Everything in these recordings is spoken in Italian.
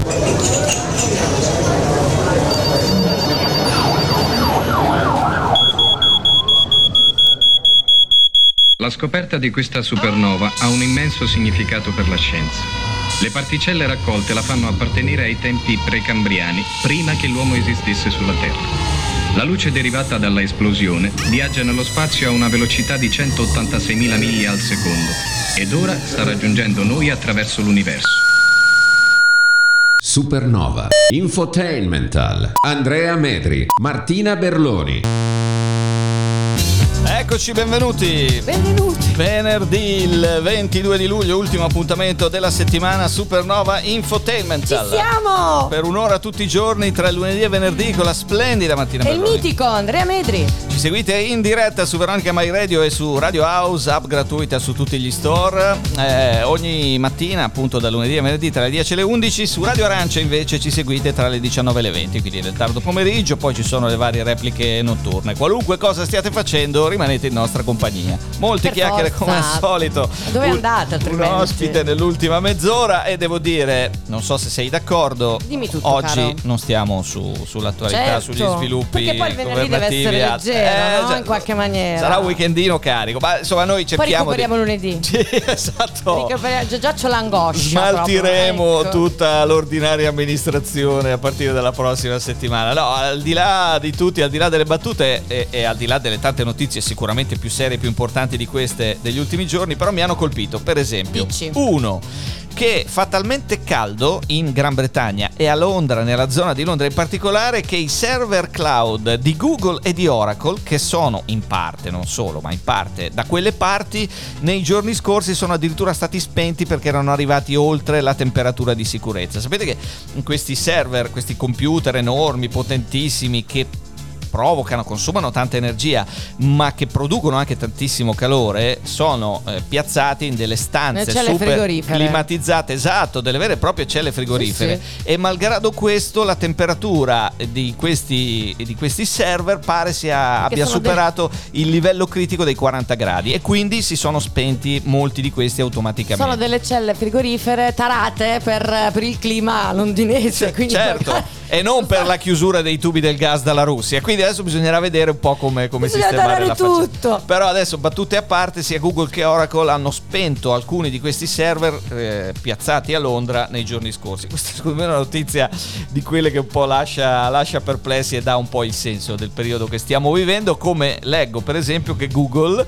La scoperta di questa supernova ha un immenso significato per la scienza. Le particelle raccolte la fanno appartenere ai tempi precambriani, prima che l'uomo esistesse sulla Terra. La luce derivata dalla esplosione viaggia nello spazio a una velocità di 186.000 miglia al secondo ed ora sta raggiungendo noi attraverso l'universo. Supernova, Infotainmental, Andrea Medri, Martina Berloni. Eccoci, benvenuti. Venerdì il 22 di luglio, ultimo appuntamento della settimana, Supernova Infotainmental. Ci siamo! Per un'ora tutti i giorni tra il lunedì e venerdì con la splendida Martina Berloni. E il mitico Andrea Medri. Ci seguite in diretta su Veronica My Radio e su Radio House, app gratuita su tutti gli store. Ogni mattina, appunto da lunedì a venerdì tra le 10 e le 11. Su Radio Arancia invece ci seguite tra le 19 e le 20, quindi nel tardo pomeriggio. Poi ci sono le varie repliche notturne. Qualunque cosa stiate facendo, rimanete in nostra compagnia. Molte chiacchiere come al solito. Dove andate altrimenti? Un ospite nell'ultima mezz'ora e devo dire, non so se sei d'accordo, dimmi tutto, oggi caro. Non stiamo sull'attualità, certo, sugli sviluppi perché poi il venerdì deve governativi, essere leggero, no? cioè, in qualche maniera. Sarà un weekendino carico, ma insomma noi cerchiamo poi recuperiamo lunedì. Sì, esatto. Già c'ho l'angoscia. Smaltiremo proprio, ecco. tutta l'ordinaria amministrazione a partire dalla prossima settimana. No, al di là di tutti, al di là delle battute e al di là delle tante notizie sicuramente più serie, più importanti di queste degli ultimi giorni, però mi hanno colpito, per esempio, uno, che fa talmente caldo in Gran Bretagna e a Londra, nella zona di Londra in particolare, che i server cloud di Google e di Oracle, che sono in parte, non solo, ma in parte da quelle parti, nei giorni scorsi sono addirittura stati spenti perché erano arrivati oltre la temperatura di sicurezza. Sapete che questi server, questi computer enormi, potentissimi, che consumano tanta energia ma che producono anche tantissimo calore, sono piazzati in delle stanze super climatizzate, esatto, delle vere e proprie celle frigorifere, sì. E malgrado questo la temperatura di questi server pare abbia superato il livello critico dei 40 gradi e quindi si sono spenti molti di questi automaticamente. Sono delle celle frigorifere tarate per il clima londinese, quindi certo. E non per la chiusura dei tubi del gas dalla Russia. Quindi adesso bisognerà vedere un po' come sistemare la faccenda. Però adesso, battute a parte, sia Google che Oracle hanno spento alcuni di questi server piazzati a Londra nei giorni scorsi. Questa secondo me è una notizia di quelle che un po' lascia perplessi e dà un po' il senso del periodo che stiamo vivendo. Come leggo per esempio che Google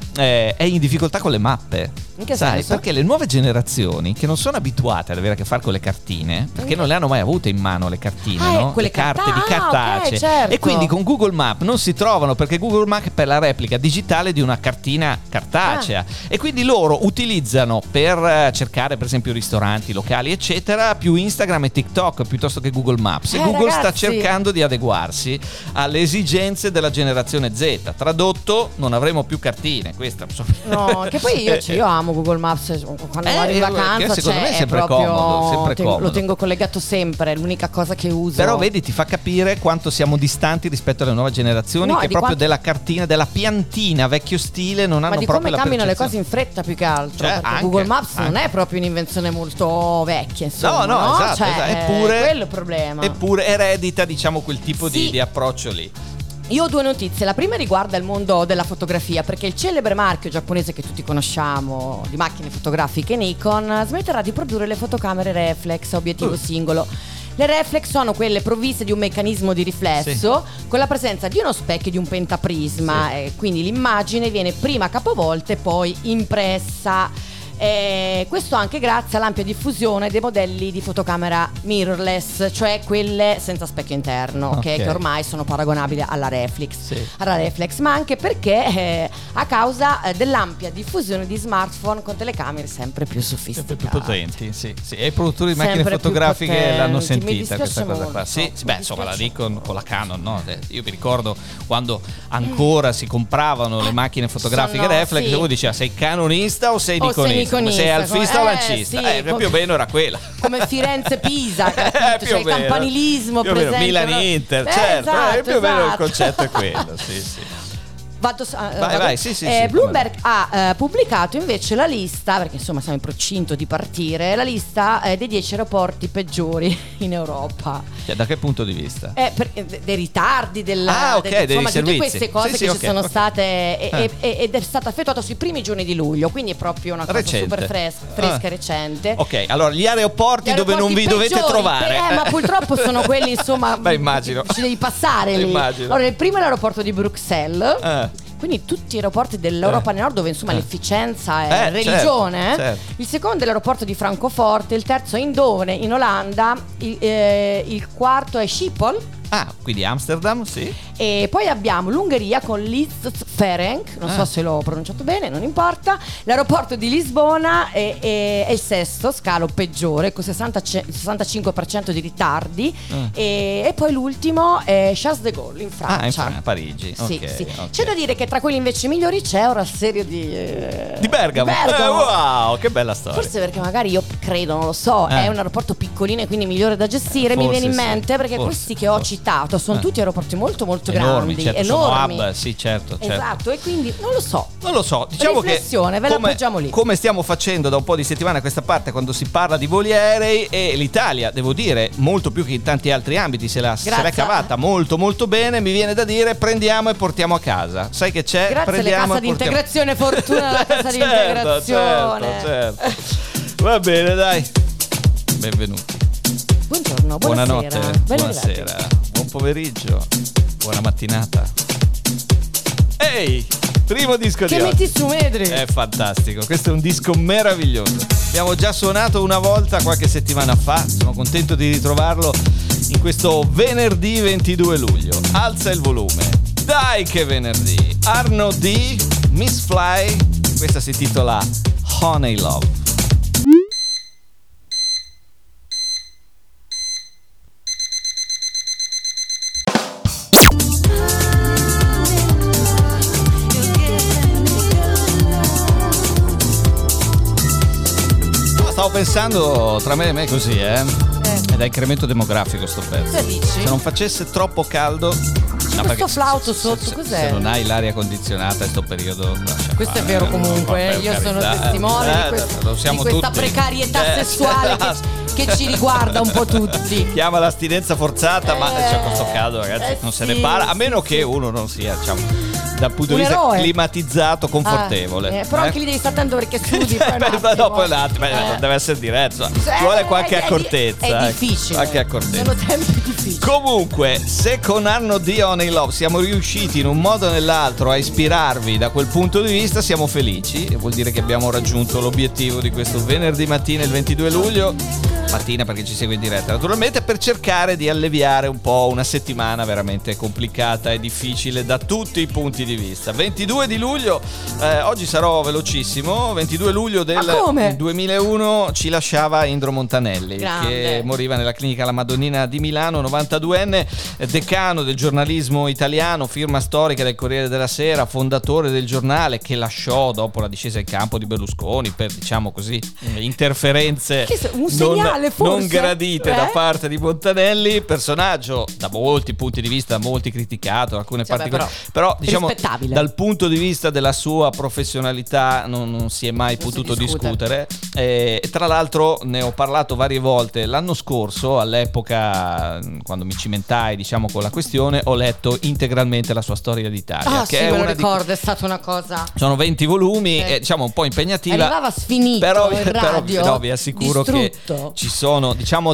è in difficoltà con le mappe. In che senso? Perché le nuove generazioni che non sono abituate ad avere a che fare con le cartine, perché non le hanno mai avute in mano le cartine, no? Quelle le carte di cartacee, okay, certo. E quindi con Google Maps non si trovano, perché Google Maps è la replica digitale di una cartina cartacea, e quindi loro utilizzano per cercare per esempio ristoranti, locali eccetera più Instagram e TikTok piuttosto che Google Maps, e Google ragazzi, sta cercando di adeguarsi alle esigenze della generazione Z. Tradotto, non avremo più cartine. Questa no, che poi io amo Google Maps quando vado in vacanza, secondo me è sempre proprio comodo, lo tengo collegato sempre, è l'unica cosa che uso. Però vedi, ti fa capire quanto siamo distanti rispetto alle nuove generazioni, che proprio della cartina, della piantina vecchio stile non hanno proprio la percezione. Ma di come cambiano le cose in fretta più che altro, perché Google Maps non è proprio un'invenzione molto vecchia, insomma, no? Esatto, eppure quello è il problema. Eppure eredita, diciamo, quel tipo di approccio lì. Io ho due notizie. La prima riguarda il mondo della fotografia, perché il celebre marchio giapponese che tutti conosciamo di macchine fotografiche, Nikon, smetterà di produrre le fotocamere reflex a obiettivo singolo. Le reflex sono quelle provviste di un meccanismo di riflesso, con la presenza di uno specchio e di un pentaprisma, quindi l'immagine viene prima capovolta e poi impressa. Questo anche grazie all'ampia diffusione dei modelli di fotocamera mirrorless, cioè quelle senza specchio interno, che ormai sono paragonabili alla reflex, ma anche perché a causa dell'ampia diffusione di smartphone con telecamere sempre più sofisticate, sempre più potenti, sì. E i produttori di macchine fotografiche l'hanno sentita questa cosa qua. Insomma, la Nikon con la Canon, no? Io mi ricordo quando ancora si compravano le macchine fotografiche reflex, e uno diceva: sei canonista o sei nikonista? Sei alfista o lancista? Più o meno era quella. Come Firenze-Pisa, capito? Cioè il campanilismo più presente. Milan-Inter, certo. Esatto, più o meno il concetto è quello, sì. Vai, sì, Bloomberg ha pubblicato invece la lista, perché insomma siamo in procinto di partire, la lista dei 10 aeroporti peggiori in Europa. Cioè, da che punto di vista? Dei ritardi dei insomma, servizi. Tutte queste cose che ci sono state ed è stata effettuata sui primi giorni di luglio, quindi è proprio una cosa recente. super fresca, recente. Ok, allora gli aeroporti dove non vi peggiori, dovete trovare. Ma purtroppo sono quelli, insomma. Beh, immagino. Ci devi passare lì. Immagino. Allora, il primo è l'aeroporto di Bruxelles. Quindi tutti gli aeroporti dell'Europa nel nord, dove insomma l'efficienza è religione. Certo. Il secondo è l'aeroporto di Francoforte. Il terzo è Eindhoven in Olanda. Il quarto è Schiphol. Quindi Amsterdam, sì. E poi abbiamo l'Ungheria con Liszt-Ferenc, non so se l'ho pronunciato bene, non importa. L'aeroporto di Lisbona è il sesto, scalo peggiore, con 65% di ritardi. E poi l'ultimo è Charles de Gaulle in Francia. A Parigi. Sì, Okay, sì. okay. C'è da dire che tra quelli invece migliori c'è una serie di Bergamo. Wow, che bella storia. Forse perché magari io credo, non lo so, è un aeroporto piccolino e quindi migliore da gestire, mi viene in mente, perché questi che ho citato sono tutti aeroporti molto molto enormi, grandi, certo, enormi. Sono hub, sì, certo. Esatto, e quindi non lo so. Diciamo riflessione, ve la appoggiamo lì. Come stiamo facendo da un po' di settimane a questa parte quando si parla di voli aerei, e l'Italia, devo dire, molto più che in tanti altri ambiti se l'è cavata molto molto bene, mi viene da dire prendiamo e portiamo a casa. Sai che c'è? Grazie alle prendiamo cassa di integrazione, fortuna la cassa di integrazione. Certo. Va bene, dai. Benvenuti. Buongiorno, Buonanotte, buonasera. Buon pomeriggio, buona mattinata. Ehi, primo disco di Che oggi. metti su, Medri? È fantastico, questo è un disco meraviglioso. Abbiamo già suonato una volta qualche settimana fa, sono contento di ritrovarlo in questo venerdì 22 luglio. Alza il volume, dai che venerdì. Arno D, Miss Fly, questa si intitola Honey Love. Stavo pensando tra me e me così, È da incremento demografico sto pezzo. Cosa dici? Se non facesse troppo caldo. Questo flauto sotto, cos'è? Se non hai l'aria condizionata in sto periodo. Questo è vero comunque, io sono testimone di questa precarietà sessuale che ci riguarda un po' tutti. Chiama l'astinenza forzata, ma c'è questo caldo, ragazzi, non se ne parla, a meno che uno non sia, diciamo, dal punto di vista climatizzato, confortevole. Però anche lì devi stare attento perché studi Dopo un attimo, deve essere diretto. Ci vuole qualche accortezza. È difficile. Qualche accortezza. Sono tempi difficili. Comunque, se con Arno D Honey Love siamo riusciti in un modo o nell'altro a ispirarvi da quel punto di vista, siamo felici, e vuol dire che abbiamo raggiunto l'obiettivo di questo venerdì mattina, il 22 luglio. Mattina perché ci segue in diretta naturalmente, per cercare di alleviare un po' una settimana veramente complicata e difficile da tutti i punti di vista. 22 di luglio, oggi sarò velocissimo. 22 luglio del 2001 ci lasciava Indro Montanelli. Grande. Che moriva nella clinica La Madonnina di Milano, 92enne, decano del giornalismo italiano, firma storica del Corriere della Sera, fondatore del giornale, che lasciò dopo la discesa in campo di Berlusconi per, diciamo così, interferenze un segnale non gradite da parte di Montanelli, personaggio da molti punti di vista, molti criticato, alcune particolari, però diciamo dal punto di vista della sua professionalità non si è mai potuto discutere. Tra l'altro ne ho parlato varie volte l'anno scorso, all'epoca quando mi cimentai, diciamo, con la questione, ho letto integralmente la sua storia d'Italia, che sì, è me lo una ricordo, è stata una cosa, sono 20 volumi, diciamo un po' impegnativa, arrivava sfinito però vi assicuro distrutto. Che ci sono, diciamo,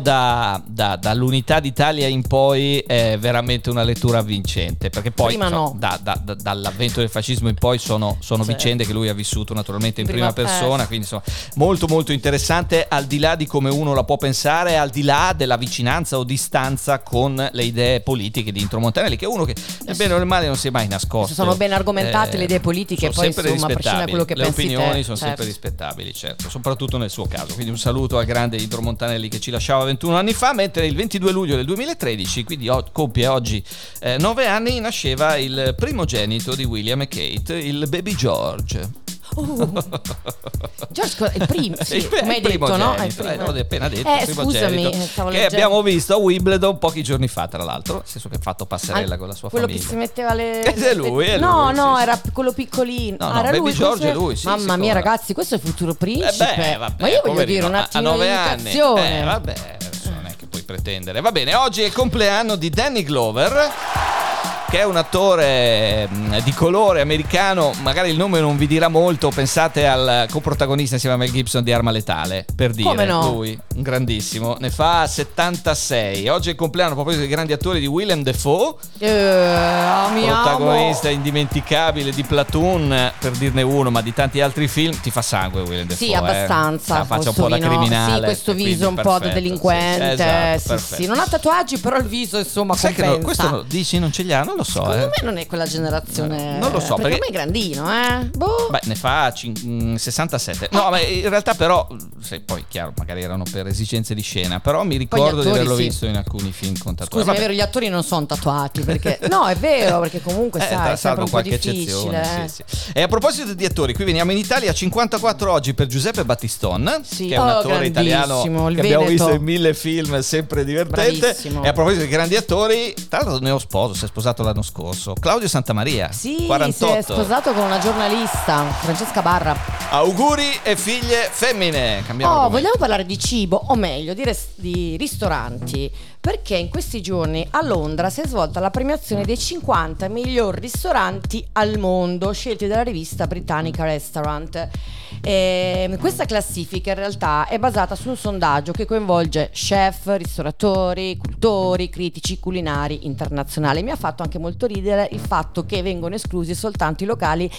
dall'Unità d'Italia in poi è veramente una lettura avvincente, perché poi dall'avvento del fascismo in poi sono vicende che lui ha vissuto naturalmente in prima persona, quindi insomma molto molto interessante, al di là di come uno la può pensare, al di là della vicinanza o distanza con le idee politiche di Indro Montanelli, che è uno che nel bene o nel male non si è mai nascosto. Sono ben argomentate le idee politiche, poi insomma, a prescindere da quello che pensi te, le opinioni sono sempre rispettabili, certo, soprattutto nel suo caso. Quindi un saluto al grande Indro Montanelli che ci lasciava 21 anni fa, mentre il 22 luglio del 2013, quindi compie oggi 9 anni, nasceva il primogenito di William e Kate, il baby George. George è il primo, sì, Il come hai detto, no? È il l'ho appena detto, scusami, primogenito, stavo che leggendo. abbiamo visto a Wimbledon pochi giorni fa, tra l'altro, nel senso che ha fatto passerella con la sua quello famiglia. che si metteva le... È lui, è no, lui, no, sì, era quello piccolino. No, no, era Baby lui, George è lui, sì, Mamma mia, sicuro. ragazzi, questo è il futuro principe. Vabbè, Ma io voglio poverino, dire un a attimo 9 di anni. educazione. Vabbè, adesso non è che puoi pretendere. Va bene, oggi è il compleanno di Danny Glover, che è un attore di colore americano. Magari il nome non vi dirà molto. Pensate al coprotagonista insieme a Mel Gibson di Arma Letale, per dire. Come no? Lui, un grandissimo, ne fa 76. Oggi è il compleanno, a proposito dei grandi attori, di Willem Dafoe, Mi protagonista amo. indimenticabile di Platoon, per dirne uno, ma di tanti altri film. Ti fa sangue Willem Dafoe? Sì, abbastanza. Faccia un po' da questo vino. criminale. Sì, questo e quindi viso un po' da perfetto, delinquente. sì, esatto, sì, perfetto. sì. Non ha tatuaggi, però il viso, insomma, Sai che compensa. questo dici non ce li ha? Non lo so. Secondo me non è quella generazione. Non lo so, perché perché- ormai è grandino, Boh. Beh, ne fa 67. No, ma in realtà però, poi chiaro, magari erano per esigenze di scena, però mi ricordo di attori, averlo sì. visto in alcuni film con tatuaggi. Scusa, è vero, gli attori non sono tatuati perché no, è vero, perché comunque sai, è sempre un po' difficile. Sì, sì. E a proposito di attori, qui veniamo in Italia, 54 oggi per Giuseppe Battiston, Sì. che è un attore italiano grandissimo, il che abbiamo Veneto. visto in 1000 film, sempre divertente. Bravissimo. E a proposito di grandi attori, tra l'altro ne ho sposo, si è sposato l'anno scorso, Claudio Santamaria, Sì, 48. si è sposato con una giornalista, Francesca Barra. Auguri e figlie femmine. Cambiamo Oh, argomento. vogliamo parlare di cibo, o meglio, di ristoranti, perché in questi giorni a Londra si è svolta la premiazione dei 50 miglior ristoranti al mondo, scelti dalla rivista britannica Restaurant. Questa classifica in realtà è basata su un sondaggio che coinvolge chef, ristoratori, cultori, critici culinari internazionali. Mi ha fatto anche molto ridere il fatto che vengono inclusi soltanto i locali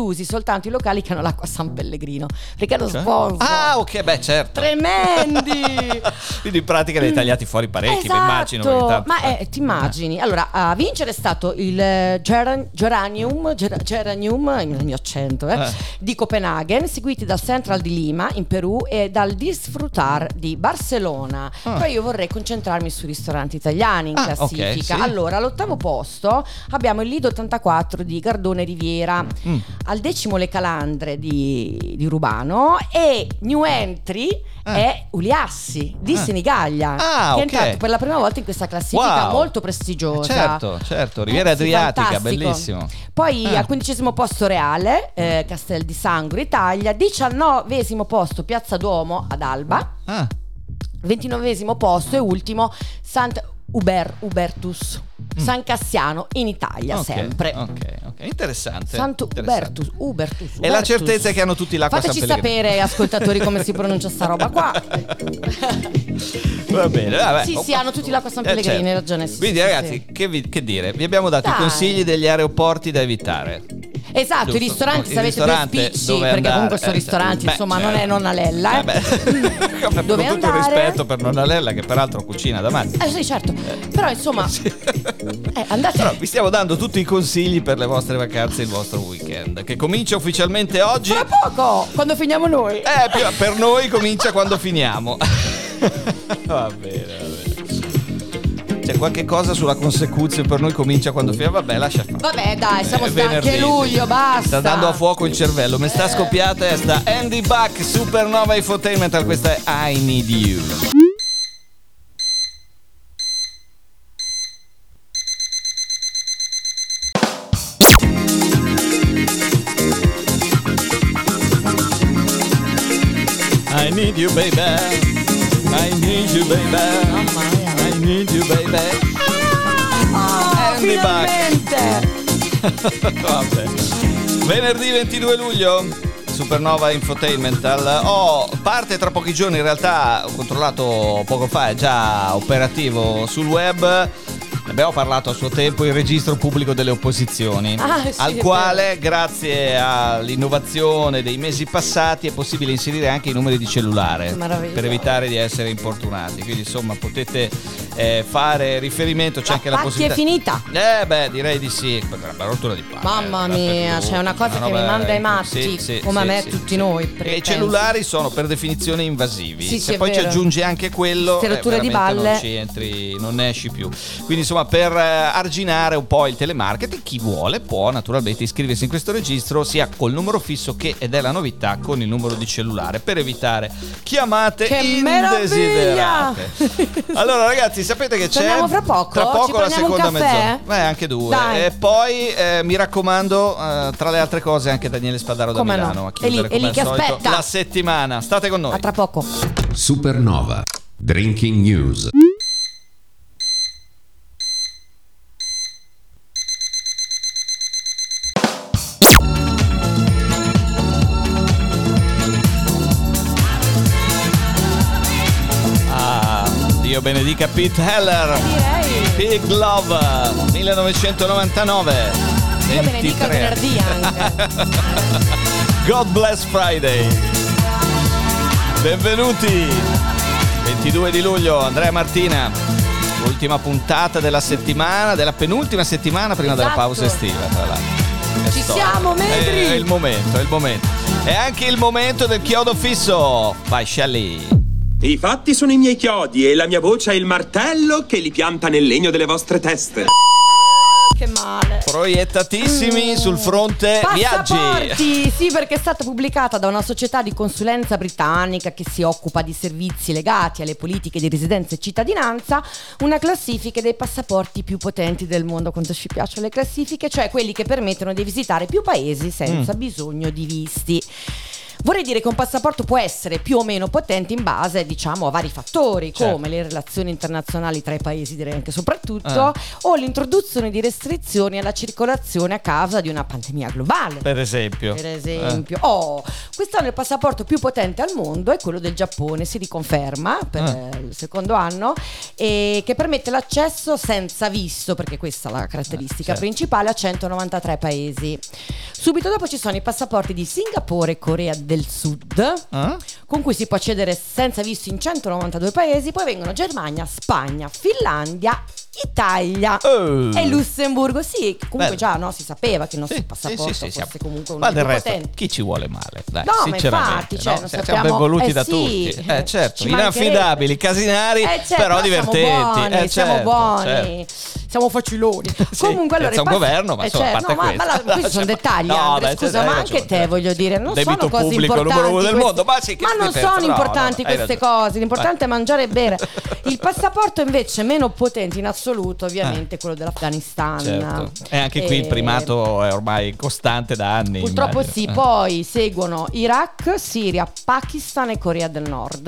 che hanno l'acqua San Pellegrino, perché lo sponsor. Ah, ok, beh, certo. Tremendi! Quindi in pratica li hai tagliati fuori parecchi, mi immagino. ogni tanto. Ma ti immagini? Allora, a vincere è stato il Geranium, il mio accento, di Copenaghen, seguiti dal Central di Lima in Perù e dal Disfrutar di Barcellona. Però io vorrei concentrarmi sui ristoranti italiani in classifica. ok, sì. Allora, all'ottavo posto abbiamo il Lido 84 di Gardone Riviera, al decimo Le Calandre di Rubano, e new entry è Uliassi di Senigallia, Ah, che è ok. entrato per la prima volta in questa classifica Wow. molto prestigiosa. Certo, Riviera Sì, Adriatica, fantastico. bellissimo. Poi al 15° posto Reale, Castel di Sangro, Italia. 19° posto Piazza Duomo ad Alba. Ah, 29° posto e ultimo Hubertus San Cassiano in Italia, ok, sempre. Ok, interessante. Santo interessante. Hubertus. E la certezza è che hanno tutti l'acqua Fateci San Pellegrino. sapere, ascoltatori, come si pronuncia sta roba qua. Va bene, vabbè. Sì, hanno tutti l'acqua San Pellegrino, certo. hai ragione. Sì, Quindi sì, ragazzi, sì. che dire? Vi abbiamo dato i Dai. consigli degli aeroporti da evitare. Esatto, Giusto. i ristoranti, se Il avete due ristorante spicci, dove perché andare, comunque sono ristoranti, beh, insomma, certo. non è Nonnalella, Come con Dove tutto il andare? rispetto per Nonnalella, che peraltro cucina da matti. Sì, certo. Però insomma, andate. Però vi stiamo dando tutti i consigli per le vostre vacanze e il vostro weekend, che comincia ufficialmente oggi. Fra poco, quando finiamo noi. Per noi comincia quando finiamo. Va bene. C'è qualche cosa sulla consecuzione per noi comincia quando finiamo? Vabbè, lascia fare. Vabbè, dai, siamo stanchi, venerdì. è luglio, basta. Sta dando a fuoco il cervello, mi sta scoppiata testa. Andy Buck, Supernova Infotainment, questa è I Need You. I need you baby, I need you baby, Mamma mia. I need you baby. Andy Buck. Finalmente. Vabbè. Venerdì 22 luglio, Supernova Infotainment parte tra pochi giorni, in realtà ho controllato poco fa, è già operativo sul web. Ne abbiamo parlato a suo tempo, il registro pubblico delle opposizioni, Sì, al è quale grazie all'innovazione dei mesi passati è possibile inserire anche i numeri di cellulare Che meraviglia. per evitare di essere importunati. Quindi insomma potete fare riferimento, c'è anche la possibilità. È finita. Direi di sì. Una rottura di palle. Mamma mia, c'è una cosa che mi manda ai matti, come a me e tutti noi. E i cellulari sono per definizione invasivi. Sì, se poi ci aggiungi anche quello, rotture di balle, non ci entri, non ne esci più. Quindi insomma, per arginare un po' il telemarketing, chi vuole può naturalmente iscriversi in questo registro sia col numero fisso che, ed è la novità, con il numero di cellulare, per evitare chiamate indesiderate. Allora ragazzi, sapete che c'è? Torniamo fra poco. Tra poco ci la seconda mezz'ora. Anche due. Dai. E poi mi raccomando, tra le altre cose, anche Daniele Spadaro da Milano. No? A chiudere è lì che aspetta la settimana. State con noi. A tra poco. Supernova Drinking News. Dio benedica Pete Heller. Big Love 1999. Dio benedica venerdì anche. God bless Friday. Benvenuti. 22 di luglio, Andrea Martina. Ultima puntata della settimana, della penultima settimana prima della pausa estiva, tra l'altro. Ci siamo, Medri. È il momento. È anche il momento del chiodo fisso. Vai, Shelly. I fatti sono i miei chiodi e la mia voce è il martello che li pianta nel legno delle vostre teste. Che male. Proiettatissimi sul fronte passaporti. viaggi. Sì, perché è stata pubblicata da una società di consulenza britannica che si occupa di servizi legati alle politiche di residenza e cittadinanza una classifica dei passaporti più potenti del mondo. Quanto ci piacciono le classifiche, cioè quelli che permettono di visitare più paesi senza bisogno di visti. Vorrei dire che un passaporto può essere più o meno potente in base, diciamo, a vari fattori, come le relazioni internazionali tra i paesi, direi anche soprattutto, o l'introduzione di restrizioni alla circolazione a causa di una pandemia globale. Per esempio. Quest'anno il passaporto più potente al mondo è quello del Giappone, si riconferma per il secondo anno, e che permette l'accesso senza visto, perché questa è la caratteristica principale, a 193 paesi. Subito dopo ci sono i passaporti di Singapore e Corea del Sud, con cui si può accedere senza visto in 192 paesi. Poi vengono Germania, Spagna, Finlandia, Italia e Lussemburgo. Sì, comunque già si sapeva che il nostro passaporto fosse comunque uno dei più potenti. Chi ci vuole male? Dai, no, sinceramente, ma infatti, non sappiamo, siamo benvoluti da tutti. Certo, inaffidabili, casinari, però divertenti. Siamo buoni. Siamo faciloni. Comunque allora un governo, ma insomma, a parte questo. Questi sono dettagli, Andre, scusa, ma anche te voglio dire, non sono cose pubblico importanti numero uno del mondo, ma non sono importanti queste cose. L'importante è mangiare e bere. Il passaporto invece meno potente in assoluto, ovviamente, è quello dell'Afghanistan. Certo. E anche qui il primato è ormai costante da anni. Purtroppo immagino. sì. Poi seguono Iraq, Siria, Pakistan e Corea del Nord.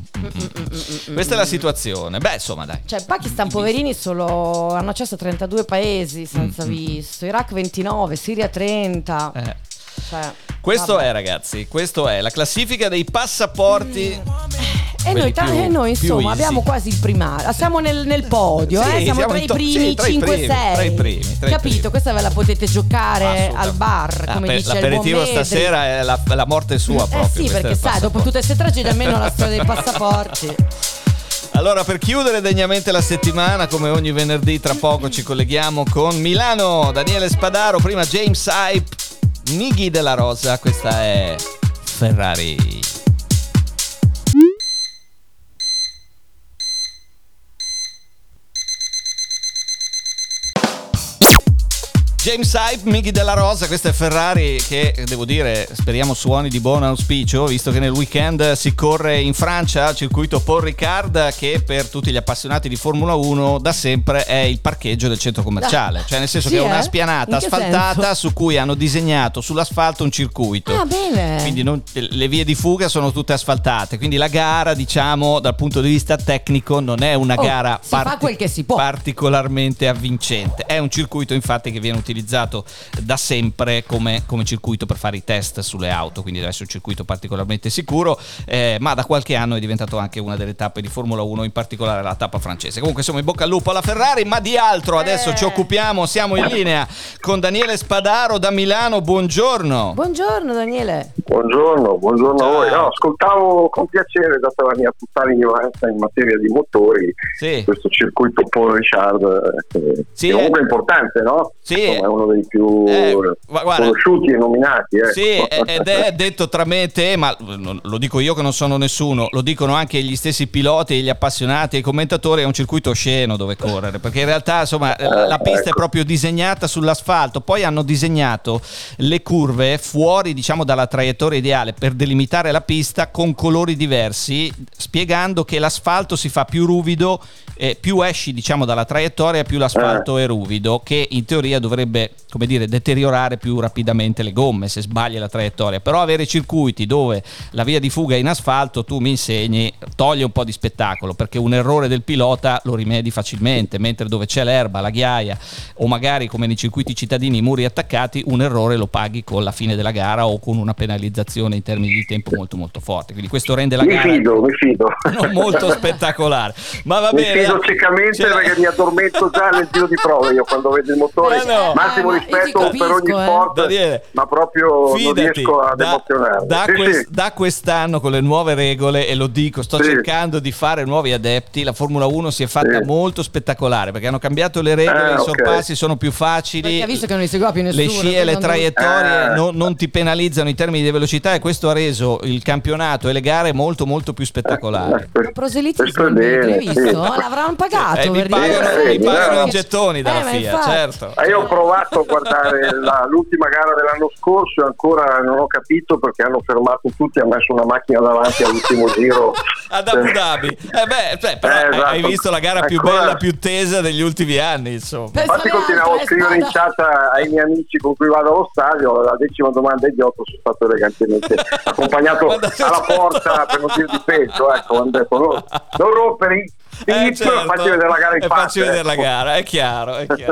Questa è la situazione. Beh, insomma, dai. Cioè, Pakistan, poverini, solo hanno accesso a 32 paesi senza visto. Iraq 29, Siria 30. Cioè, questo è, ragazzi, questo è la classifica dei passaporti. E noi insomma abbiamo quasi il primario. Siamo nel podio, siamo tra i primi 5-6. Capito? Questa ve la potete giocare al bar, come dice l'aperitivo il buon Medri. Stasera è la morte sua proprio. Sì, perché sai, dopo tutte queste tragedie almeno la storia dei passaporti. Allora, per chiudere degnamente la settimana, come ogni venerdì, tra poco ci colleghiamo con Milano, Daniele Spadaro, prima James Hype, Nighi della Rosa, questa è Ferrari. James Hype, Miggy della Rosa, questa è Ferrari, che devo dire speriamo suoni di buon auspicio, visto che nel weekend si corre in Francia al circuito Paul Ricard, che per tutti gli appassionati di Formula 1 da sempre è il parcheggio del centro commerciale, cioè nel senso che è una spianata asfaltata su cui hanno disegnato sull'asfalto un circuito. Bene. Quindi le vie di fuga sono tutte asfaltate, quindi la gara, diciamo, dal punto di vista tecnico non è una gara fa quel che si può. particolarmente avvincente. È un circuito infatti che viene utilizzato utilizzato da sempre come circuito per fare i test sulle auto, quindi deve essere un circuito particolarmente sicuro, ma da qualche anno è diventato anche una delle tappe di Formula 1, in particolare la tappa francese. Comunque insomma, in bocca al lupo alla Ferrari, ma di altro adesso ci occupiamo. Siamo in linea con Daniele Spadaro da Milano. Buongiorno. Buongiorno Daniele. Buongiorno a voi. No, ascoltavo con piacere, data la mia totale ignoranza in materia di motori, questo circuito Paul Ricard, che comunque è importante, no? Sì, insomma, è uno dei più conosciuti e nominati. Sì, ed è detto tra me e te, ma lo dico io che non sono nessuno, lo dicono anche gli stessi piloti, gli appassionati e i commentatori, è un circuito osceno dove correre, perché in realtà insomma la pista è proprio disegnata sull'asfalto, poi hanno disegnato le curve fuori, diciamo, dalla traiettoria ideale per delimitare la pista con colori diversi, spiegando che l'asfalto si fa più ruvido, più esci, diciamo, dalla traiettoria, più l'asfalto è ruvido, che in teoria dovrebbe, come dire, deteriorare più rapidamente le gomme se sbagli la traiettoria. Però avere circuiti dove la via di fuga è in asfalto, tu mi insegni, toglie un po' di spettacolo, perché un errore del pilota lo rimedi facilmente, mentre dove c'è l'erba, la ghiaia o magari come nei circuiti cittadini i muri attaccati, un errore lo paghi con la fine della gara o con una penalizzazione in termini di tempo molto molto forte, quindi questo rende la gara mi fido non molto spettacolare, ma va bene. Mi fido ciecamente perché mi addormento già nel giro di prova io quando vedo il motore. Massimo rispetto per ogni sport, Daniele, ma proprio fidati, non riesco ad emozionarmi. Da quest'anno con le nuove regole, e lo dico, sto cercando di fare nuovi adepti, la Formula 1 si è fatta molto spettacolare perché hanno cambiato le regole, i sorpassi sono più facili, perché ha visto che non li seguiva più nessuno, le scie e le traiettorie non ti penalizzano in termini di velocità, e questo ha reso il campionato e le gare molto molto più spettacolari. Proselitismo, l'hai visto? L'avranno pagato, mi pagano in gettoni dalla FIA, certo. Io ho provato a guardare l'ultima gara dell'anno scorso e ancora non ho capito perché hanno fermato tutti, hanno messo una macchina davanti all'ultimo giro ad Abu Dhabi. Però esatto. Hai visto la gara più bella, più tesa degli ultimi anni, insomma. Infatti continuavo a scrivere in chat ai miei amici con cui vado allo stadio, la 10ª domanda idiota, sono stato elegantemente accompagnato alla porta per non dire di peggio, ecco, hanno detto non rompere certo. Facci vedere la gara in facci vedere la gara, è chiaro.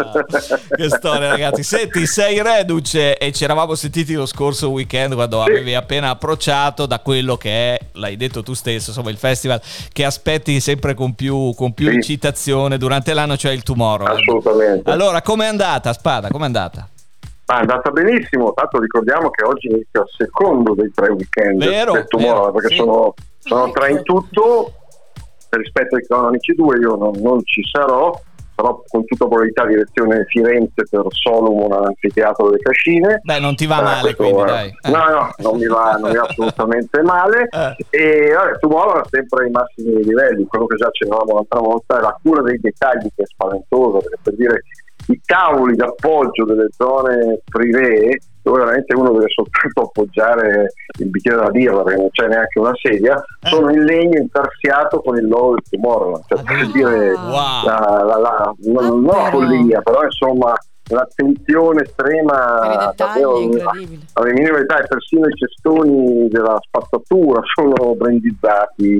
Che storia, ragazzi. Senti, sei reduce, e ci eravamo sentiti lo scorso weekend quando avevi appena approcciato da quello che è, l'hai detto tu stesso, insomma, il festival che aspetti sempre con più incitazione durante l'anno, cioè il Tomorrowland. Assolutamente. Allora, com'è andata, Spada? Com'è andata? È andata benissimo, tanto ricordiamo che oggi inizia il secondo dei 3 weekend del Tomorrowland, perché sono 3 in tutto. Rispetto ai canonici 2 io non ci sarò, però con tutta probabilità direzione Firenze per Solomon all'anfiteatro delle Cascine. Beh, non ti va male, quindi dai. No, non mi va assolutamente male. E vabbè, Tomorrow è sempre ai massimi livelli, quello che già accennavamo l'altra volta è la cura dei dettagli che è spaventosa, perché per dire i tavoli d'appoggio delle zone privé, dove veramente uno deve soltanto appoggiare il bicchiere della birra perché non c'è neanche una sedia, sono in legno intarsiato con il logo del Tomorrowland, cioè per dire non la follia, però insomma l'attenzione estrema davvero alle minime età, e persino i cestoni della spazzatura sono brandizzati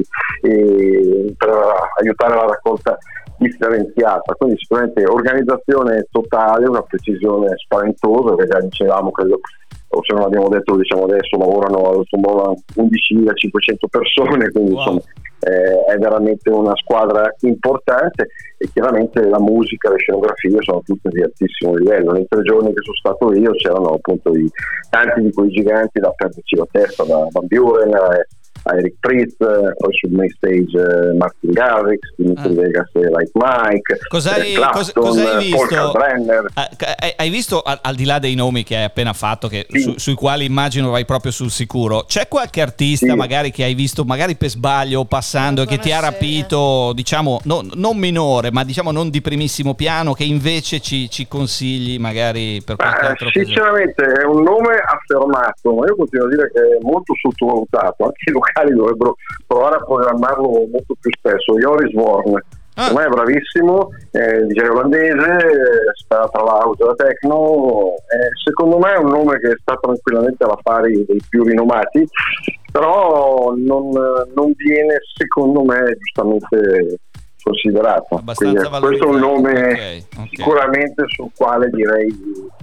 per aiutare la raccolta differenziata, quindi sicuramente organizzazione totale, una precisione spaventosa, che già dicevamo, credo, o se non l'abbiamo detto lo diciamo adesso, lavorano al Tomorrowland 11.500 persone, quindi insomma è veramente una squadra importante, e chiaramente la musica, le scenografie sono tutte di altissimo livello. Nei 3 giorni che sono stato io c'erano appunto tanti di quei giganti da perderci la testa, da Van Buren a Eric Priest, poi sul main stage Martin Garrix, Dimitri Vegas e Like Mike, cosa hai visto? Hai visto, al di là dei nomi che hai appena fatto, che sui quali immagino vai proprio sul sicuro, c'è qualche artista magari che hai visto magari per sbaglio o passando e che ti ha rapito, diciamo non minore, ma diciamo non di primissimo piano, che invece ci consigli magari per qualche altro sinceramente è un nome affermato, ma io continuo a dire che è molto sottovalutato, anche i locali dovrebbero provare a programmarlo molto più spesso. Joris Worn, per me è bravissimo, DJ olandese, spera tra l'house e la techno, secondo me è un nome che sta tranquillamente alla pari dei più rinomati, però non viene secondo me giustamente considerato. Quindi, questo è un nome sicuramente sul quale direi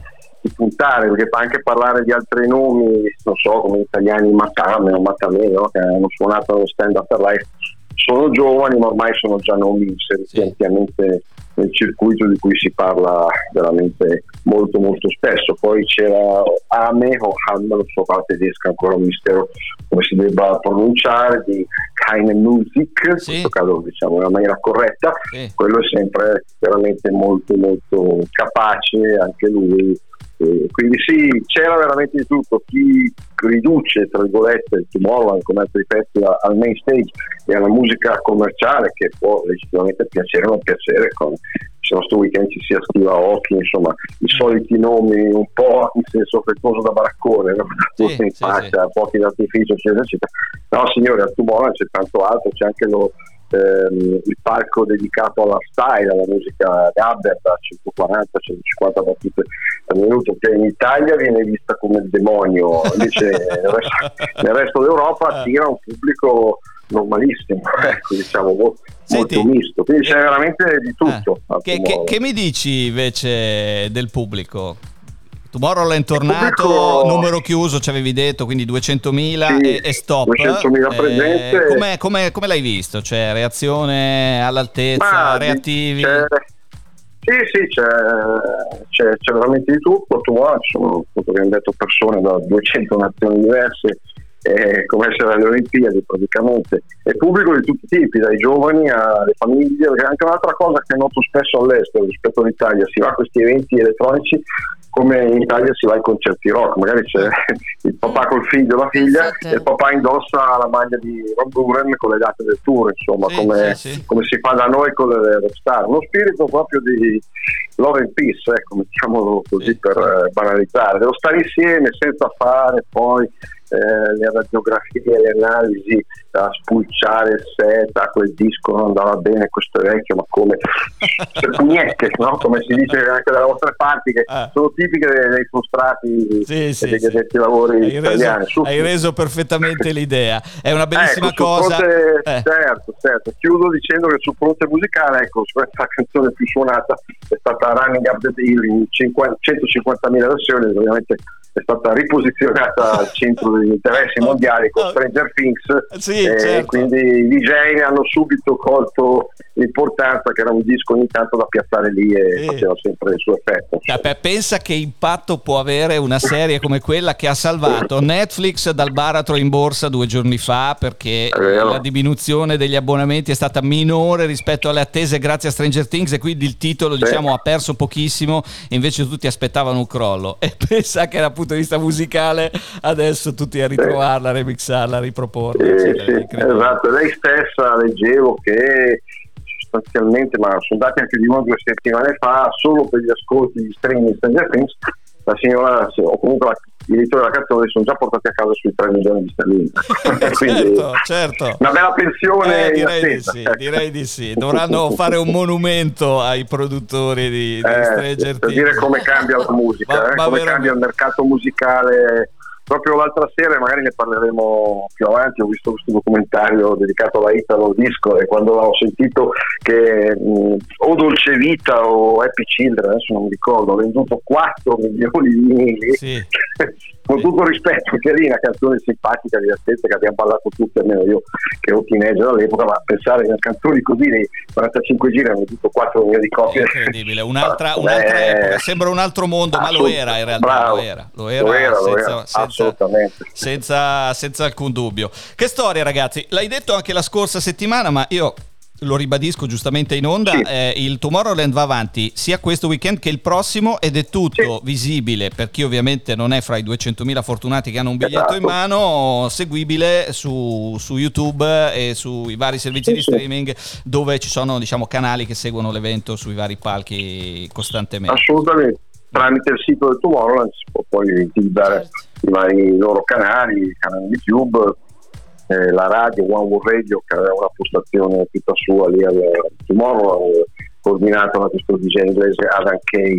puntare, perché anche parlare di altri nomi, non so, come gli italiani Matame o Matame, no? Che hanno suonato allo Stand Up Live, sono giovani ma ormai sono già nomi inseriti ampiamente nel circuito di cui si parla veramente molto molto spesso. Poi c'era Ame o Ham, non so, la tedesca, ancora un mistero come si debba pronunciare, di Keine Musik, in questo caso diciamo in una maniera corretta, quello è sempre veramente molto molto capace anche lui. Quindi sì, c'era veramente di tutto. Chi riduce tra virgolette il Tomorrowland come altri pezzi al main stage e alla musica commerciale, che può legittimamente piacere o non piacere, con se nostro weekend ci sia Steve Aoki, insomma i soliti nomi un po' in senso affettuoso da baraccone, no? Tutti in faccia, fuochi d'artificio eccetera eccetera. No signori, al Tomorrowland c'è tanto altro, c'è anche il palco dedicato alla style, alla musica gabber da 140-150 battute al minuto, che in Italia viene vista come il demonio, invece nel resto d'Europa attira un pubblico normalissimo, ecco, diciamo molto misto, quindi c'è veramente di tutto. Che mi dici invece del pubblico? Tomorrowland è tornato, numero chiuso ci avevi detto, quindi 200.000 e stop. 200.000 presenze. Come l'hai visto? Cioè, reazione all'altezza, reattivi? C'è veramente di tutto. Ci sono, abbiamo detto, persone da 200 nazioni diverse, come essere alle Olimpiadi praticamente, e pubblico di tutti i tipi, dai giovani alle famiglie, perché anche un'altra cosa che noto spesso all'estero rispetto all'Italia, si va a questi eventi elettronici come in Italia si va ai concerti rock, magari c'è il papà col figlio, la figlia, e il papà indossa la maglia di Ron Buren con le date del tour, insomma, come si fa da noi con le rockstar, uno spirito proprio di love and peace, ecco, mettiamolo così per banalizzare, devo stare insieme senza fare poi le radiografie, le analisi, a spulciare il set, quel disco non andava bene, questo è vecchio, ma come pugnette, no? Come si dice anche dalle vostre parti, che sono tipiche dei frustrati degli addetti ai lavori italiani. Hai reso perfettamente l'idea, è una bellissima cosa. Certo, chiudo dicendo che sul fronte musicale, ecco, questa canzone più suonata è stata Running Up the Hill in 150.000 versioni, ovviamente è stata riposizionata al centro degli interessi mondiali con Stranger Things, quindi i DJ ne hanno subito colto l'importanza, che era un disco ogni tanto da piazzare lì e faceva sempre il suo effetto. Pensa che impatto può avere una serie come quella che ha salvato Netflix dal baratro in borsa 2 giorni fa, perché la diminuzione degli abbonamenti è stata minore rispetto alle attese grazie a Stranger Things, e quindi il titolo diciamo ha perso pochissimo e invece tutti aspettavano un crollo, e pensa che dal punto di vista musicale adesso tutti a ritrovarla, a remixarla, a riproporla. Esatto, lei stessa leggevo che sostanzialmente, ma sono dati anche di 1 o 2 settimane fa, solo per gli ascolti di streaming Stranger Things, la signora o comunque gli editori della canzone sono già portati a casa sui 3 milioni di sterline. Quindi certo. Una bella pensione. Direi di sì. Dovranno fare un monumento ai produttori di Stranger Things, per dire come cambia la musica, come cambia il mercato musicale. Proprio l'altra sera, magari ne parleremo più avanti, ho visto questo documentario dedicato alla Italo Disco, e quando ho sentito che o Dolce Vita o Happy Children, adesso non mi ricordo, ha venduto 4 milioni di vinili, con tutto rispetto, che lì una canzone simpatica, divertente, che abbiamo ballato tutti, almeno io che ero teenager all'epoca, ma pensare che una canzone così nei 45 giri hanno venduto 4 milioni di copie, è incredibile, un'altra epoca, sembra un altro mondo, ma lo era in realtà, lo era assolutamente, senza alcun dubbio. Che storia, ragazzi, l'hai detto anche la scorsa settimana, ma io lo ribadisco giustamente in onda, il Tomorrowland va avanti sia questo weekend che il prossimo, ed è tutto visibile per chi ovviamente non è fra i 200.000 fortunati che hanno un biglietto in mano, seguibile su YouTube e sui vari servizi di streaming, dove ci sono, diciamo, canali che seguono l'evento sui vari palchi costantemente. Assolutamente, tramite il sito del Tomorrowland si può poi utilizzare i vari loro canali, il canale YouTube, la radio One World Radio, che aveva una postazione tutta sua lì al Tomorrowland, coordinato da questo DJ inglese Adam Kay,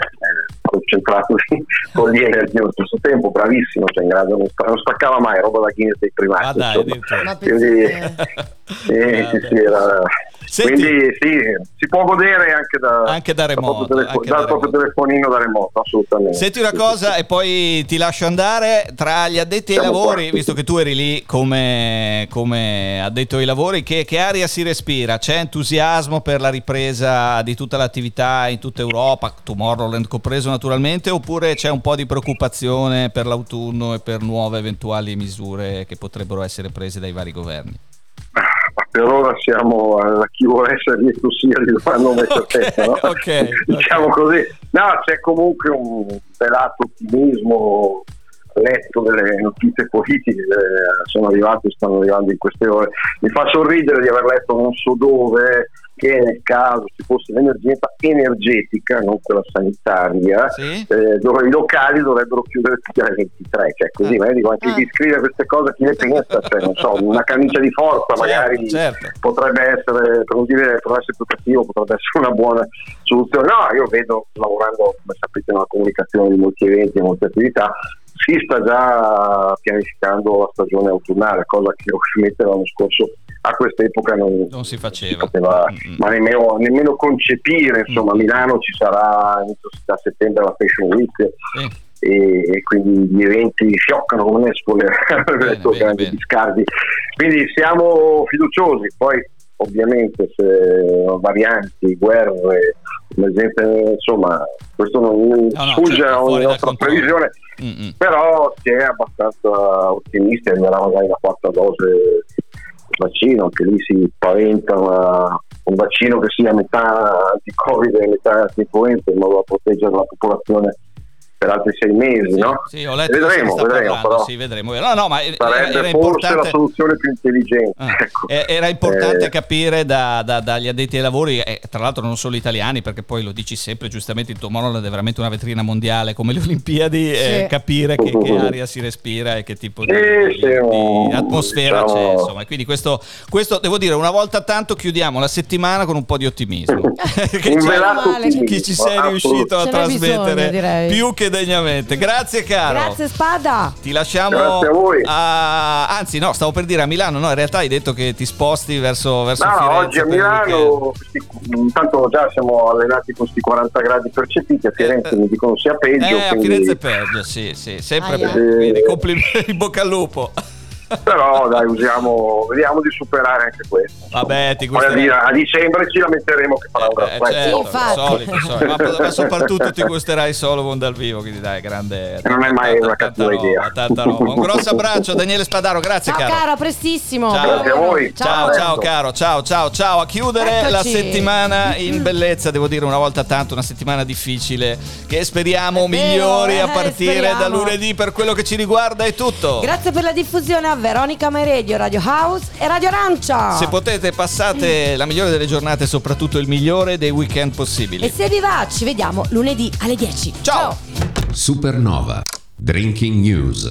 concentrato con gli energie allo stesso tempo, bravissimo, cioè in grado, non staccava mai, roba da Guinness dei primati. Quindi era Senti, quindi sì, si può godere anche da remoto, dal proprio telefonino da remoto, assolutamente. Senti una cosa e poi ti lascio andare. Tra gli addetti ai lavori, visto che tu eri lì come addetto ai lavori, che aria si respira? C'è entusiasmo per la ripresa di tutta l'attività in tutta Europa, Tomorrowland compreso naturalmente, oppure c'è un po' di preoccupazione per l'autunno e per nuove eventuali misure che potrebbero essere prese dai vari governi? Ma per ora siamo a chi vuole essere lieto sia di fanno messo testa, no? Diciamo così. No, c'è comunque un velato ottimismo letto delle notizie politiche che stanno arrivando in queste ore. Mi fa sorridere di aver letto non so dove che nel caso ci fosse l'emergenza energetica, non quella sanitaria, dove i locali dovrebbero chiudere tutti alle 23, cioè così, ma io dico, anche chi scrive queste cose, chi le pensa, cioè non so, una camicia di forza magari potrebbe essere, per non dire, per essere più cattivo, potrebbe essere una buona soluzione. No, io vedo, lavorando come sapete nella comunicazione di molti eventi e molte attività, si sta già pianificando la stagione autunnale, cosa che ovviamente l'anno scorso a quest'epoca non si faceva, si poteva ma nemmeno concepire. Insomma, a Milano ci sarà a settembre la Fashion Week e quindi gli eventi fioccano come Nespo grandi discardi, quindi siamo fiduciosi. Poi ovviamente se varianti, guerre, emergenze, insomma questo non sfugge a ogni nostra previsione, però si è abbastanza ottimisti, arriverà magari la quarta dose vaccino, anche lì si paventa un vaccino che sia metà anti-Covid e metà anti-influenza, in modo da proteggere la popolazione per altri 6 mesi, no? Sì, ho letto vedremo, però vedremo. No, ma sarebbe era forse importante, la soluzione più intelligente. Ecco. Era importante capire dagli addetti ai lavori, tra l'altro non solo italiani, perché poi lo dici sempre giustamente, il Tomorrowland è veramente una vetrina mondiale come le Olimpiadi, capire che aria si respira e che tipo di atmosfera c'è, insomma. E quindi questo devo dire, una volta tanto chiudiamo la settimana con un po' di ottimismo. Chi ci sei riuscito a trasmettere più che degnamente. Grazie caro. Grazie Spada. Ti lasciamo. Grazie a voi. Anzi no, stavo per dire a Milano, no, in realtà hai detto che ti sposti verso Firenze. Oggi a Milano intanto già siamo allenati con questi 40 gradi percepiti, a Firenze mi dicono sia peggio. A Firenze è peggio, sì, sempre peggio. Quindi complimenti, in bocca al lupo. Però dai, vediamo di superare anche questo. Vabbè, a dicembre ci lamenteremo che farà un solito. Ma soprattutto ti gusterai Solomon dal vivo, quindi dai, grande. Non è mai una cattiva idea. Tanta roba. Un grosso abbraccio Daniele Spadaro, grazie ciao, caro. A prestissimo. Ciao. Grazie a voi. Ciao caro, ciao. A chiudere la settimana in bellezza, devo dire una volta tanto, una settimana difficile che speriamo migliori a partire da lunedì. Per quello che ci riguarda è tutto. Grazie per la diffusione a Veronica Meredio, Radio House e Radio Arancia. Se potete passate la migliore delle giornate, soprattutto il migliore dei weekend possibili. E se vi va, ci vediamo lunedì alle 10. Ciao. Supernova Drinking News.